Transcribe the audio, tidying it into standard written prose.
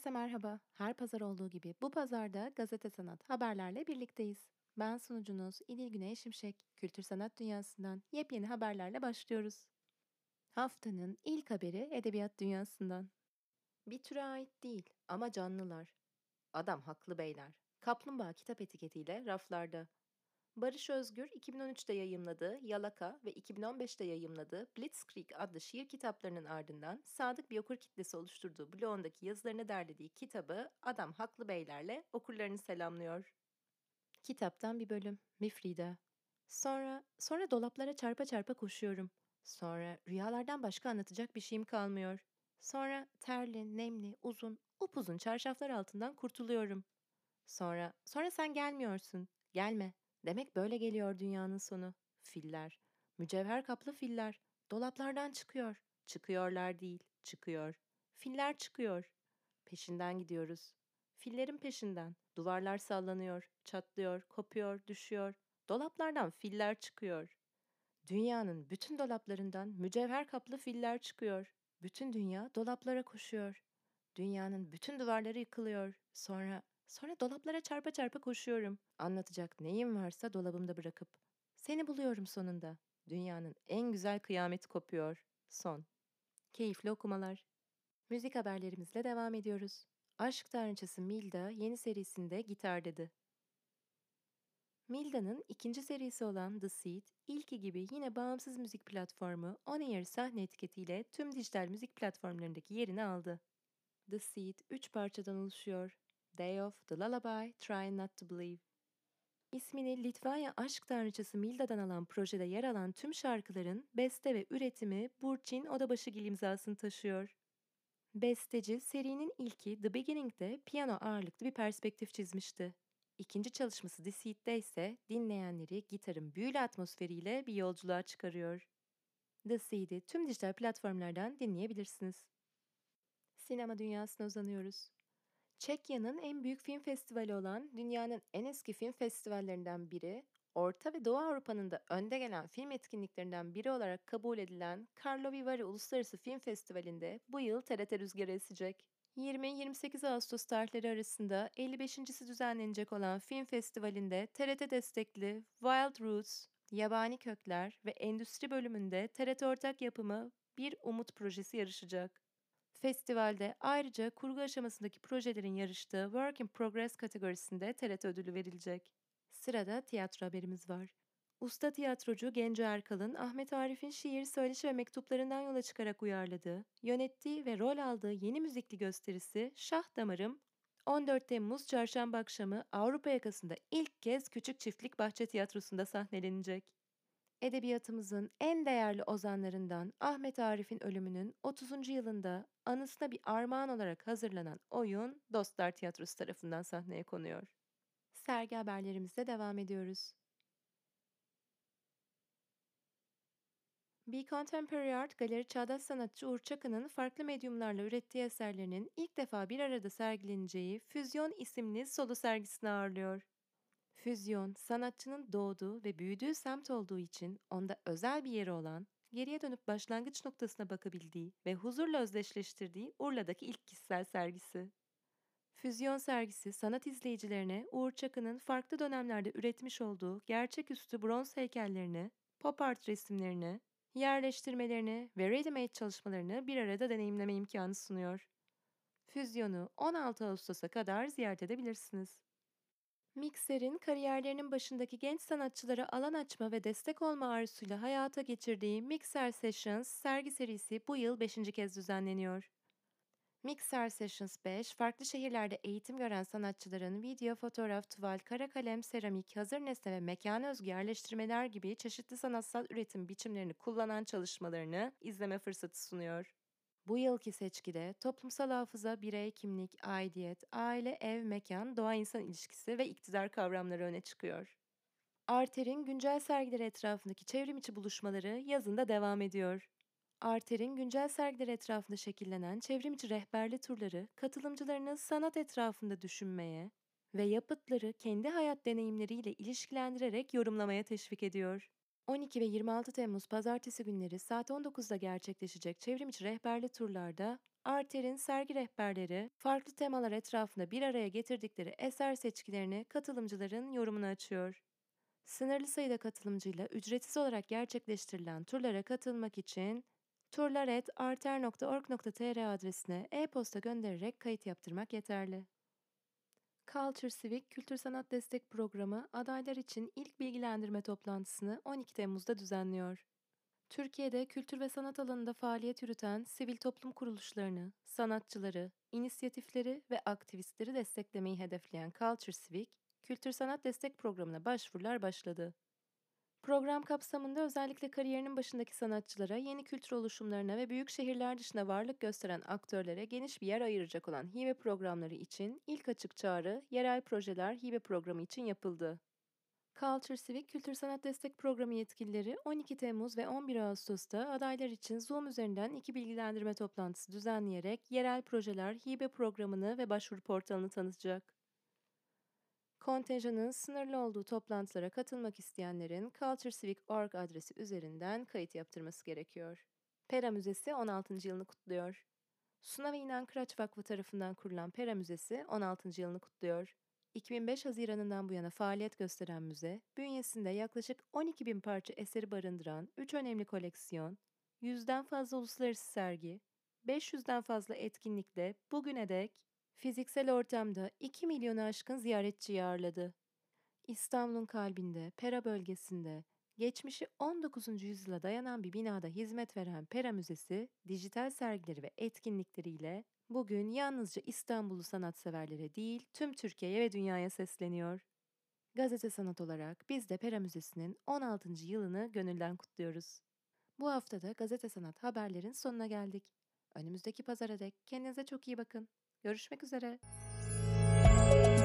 Herkese merhaba. Her pazar olduğu gibi bu pazarda Gazete Sanat haberlerle birlikteyiz. Ben sunucunuz İdil Güney Şimşek. Kültür sanat dünyasından yepyeni haberlerle başlıyoruz. Haftanın ilk haberi edebiyat dünyasından. Bir türe ait değil ama canlılar. Adam haklı beyler. Kaplumbağa kitap etiketiyle raflarda. Barış Özgür 2013'te yayımladığı Yalaka ve 2015'te yayımladığı Blitzkrieg adlı şiir kitaplarının ardından sadık bir okur kitlesi oluşturduğu blogundaki yazılarını derlediği kitabı Adam Haklı Beylerle okurlarını selamlıyor. Kitaptan bir bölüm. Mifrida. Sonra dolaplara çarpa çarpa koşuyorum. Sonra rüyalardan başka anlatacak bir şeyim kalmıyor. Sonra terli, nemli, uzun, upuzun çarşaflar altından kurtuluyorum. Sonra sen gelmiyorsun. Gelme. Demek böyle geliyor dünyanın sonu. Filler. Mücevher kaplı filler. Dolaplardan çıkıyor. Çıkıyorlar değil, çıkıyor. Filler çıkıyor. Peşinden gidiyoruz. Fillerin peşinden. Duvarlar sallanıyor, çatlıyor, kopuyor, düşüyor. Dolaplardan filler çıkıyor. Dünyanın bütün dolaplarından mücevher kaplı filler çıkıyor. Bütün dünya dolaplara koşuyor. Dünyanın bütün duvarları yıkılıyor. Sonra dolaplara çarpa çarpa koşuyorum. Anlatacak neyim varsa dolabımda bırakıp. Seni buluyorum sonunda. Dünyanın en güzel kıyameti kopuyor. Son. Keyifli okumalar. Müzik haberlerimizle devam ediyoruz. Aşk tanrıçası Milda yeni serisinde gitar dedi. Milda'nın ikinci serisi olan The Seed, ilki gibi yine bağımsız müzik platformu On Air sahne etiketiyle tüm dijital müzik platformlarındaki yerini aldı. The Seed 3 parçadan oluşuyor. Day Of, The Lullaby, Try Not To Believe. İsmini Litvanya aşk tanrıçası Milda'dan alan projede yer alan tüm şarkıların beste ve üretimi Burçin Odabaşıgil imzasını taşıyor. Besteci serinin ilki The Beginning'de piyano ağırlıklı bir perspektif çizmişti. İkinci çalışması The Seed'de ise dinleyenleri gitarın büyülü atmosferiyle bir yolculuğa çıkarıyor. The Seed'i tüm dijital platformlardan dinleyebilirsiniz. Sinema dünyasına uzanıyoruz. Çekya'nın en büyük film festivali olan dünyanın en eski film festivallerinden biri, Orta ve Doğu Avrupa'nın da önde gelen film etkinliklerinden biri olarak kabul edilen Karlovy Vary Uluslararası Film Festivali'nde bu yıl TRT rüzgarı esecek. 20-28 Ağustos tarihleri arasında 55.si düzenlenecek olan film festivalinde TRT destekli Wild Roots, Yabani Kökler ve Endüstri bölümünde TRT ortak yapımı Bir Umut projesi yarışacak. Festivalde ayrıca kurgu aşamasındaki projelerin yarıştığı Work in Progress kategorisinde TRT ödülü verilecek. Sırada tiyatro haberimiz var. Usta tiyatrocu Genco Erkal'ın Ahmet Arif'in şiir, söyleşi ve mektuplarından yola çıkarak uyarladığı, yönettiği ve rol aldığı yeni müzikli gösterisi Şah Damarım, 14 Temmuz Çarşamba akşamı Avrupa yakasında ilk kez Küçük Çiftlik Bahçe Tiyatrosu'nda sahnelenecek. Edebiyatımızın en değerli ozanlarından Ahmet Arif'in ölümünün 30. yılında anısına bir armağan olarak hazırlanan oyun Dostlar Tiyatrosu tarafından sahneye konuyor. Sergi haberlerimizle devam ediyoruz. Be Contemporary Art Galeri çağdaş sanatçı Uğur Çakı'nın farklı medyumlarla ürettiği eserlerinin ilk defa bir arada sergileneceği Füzyon isimli solo sergisini ağırlıyor. Füzyon, sanatçının doğduğu ve büyüdüğü semt olduğu için onda özel bir yeri olan, geriye dönüp başlangıç noktasına bakabildiği ve huzurla özdeşleştirdiği Urla'daki ilk kişisel sergisi. Füzyon sergisi, sanat izleyicilerine Uğur Çakı'nın farklı dönemlerde üretmiş olduğu gerçeküstü bronz heykellerini, pop art resimlerini, yerleştirmelerini ve ready-made çalışmalarını bir arada deneyimleme imkanı sunuyor. Füzyonu 16 Ağustos'a kadar ziyaret edebilirsiniz. Mikser'in kariyerlerinin başındaki genç sanatçılara alan açma ve destek olma arzusuyla hayata geçirdiği Mikser Sessions sergi serisi bu yıl 5. kez düzenleniyor. Mikser Sessions 5, farklı şehirlerde eğitim gören sanatçıların video, fotoğraf, tuval, kara kalem, seramik, hazır nesne ve mekana özgü yerleştirmeler gibi çeşitli sanatsal üretim biçimlerini kullanan çalışmalarını izleme fırsatı sunuyor. Bu yılki seçkide toplumsal hafıza, birey, kimlik, aidiyet, aile, ev, mekan, doğa-insan ilişkisi ve iktidar kavramları öne çıkıyor. Arter'in güncel sergileri etrafındaki çevrim içi buluşmaları yazında devam ediyor. Arter'in güncel sergileri etrafında şekillenen çevrim içi rehberli turları katılımcılarını sanat etrafında düşünmeye ve yapıtları kendi hayat deneyimleriyle ilişkilendirerek yorumlamaya teşvik ediyor. 12 ve 26 Temmuz Pazartesi günleri saat 19'da gerçekleşecek çevrimiçi rehberli turlarda Arter'in sergi rehberleri farklı temalar etrafında bir araya getirdikleri eser seçkilerini katılımcıların yorumuna açıyor. Sınırlı sayıda katılımcıyla ücretsiz olarak gerçekleştirilen turlara katılmak için turlar@arter.org.tr adresine e-posta göndererek kayıt yaptırmak yeterli. Culture Civic Kültür Sanat Destek Programı adaylar için ilk bilgilendirme toplantısını 12 Temmuz'da düzenliyor. Türkiye'de kültür ve sanat alanında faaliyet yürüten sivil toplum kuruluşlarını, sanatçıları, inisiyatifleri ve aktivistleri desteklemeyi hedefleyen Culture Civic, Kültür Sanat Destek Programı'na başvurular başladı. Program kapsamında özellikle kariyerinin başındaki sanatçılara, yeni kültür oluşumlarına ve büyük şehirler dışında varlık gösteren aktörlere geniş bir yer ayıracak olan hibe programları için ilk açık çağrı, yerel projeler hibe programı için yapıldı. Culture Civic Kültür Sanat Destek Programı yetkilileri 12 Temmuz ve 11 Ağustos'ta adaylar için Zoom üzerinden iki bilgilendirme toplantısı düzenleyerek yerel projeler hibe programını ve başvuru portalını tanıtacak. Kontenjanın sınırlı olduğu toplantılara katılmak isteyenlerin culturecivic.org adresi üzerinden kayıt yaptırması gerekiyor. Pera Müzesi 16. yılını kutluyor. Suna ve İnan Kıraç Vakfı tarafından kurulan Pera Müzesi 16. yılını kutluyor. 2005 Haziran'ından bu yana faaliyet gösteren müze, bünyesinde yaklaşık 12 bin parça eseri barındıran 3 önemli koleksiyon, 100'den fazla uluslararası sergi, 500'den fazla etkinlikle bugüne dek fiziksel ortamda 2 milyonu aşkın ziyaretçiyi ağırladı. İstanbul'un kalbinde, Pera bölgesinde, geçmişi 19. yüzyıla dayanan bir binada hizmet veren Pera Müzesi, dijital sergileri ve etkinlikleriyle bugün yalnızca İstanbullu sanatseverlere değil, tüm Türkiye'ye ve dünyaya sesleniyor. Gazete Sanat olarak biz de Pera Müzesi'nin 16. yılını gönülden kutluyoruz. Bu haftada Gazete Sanat haberlerin sonuna geldik. Önümüzdeki pazara dek kendinize çok iyi bakın. Görüşmek üzere.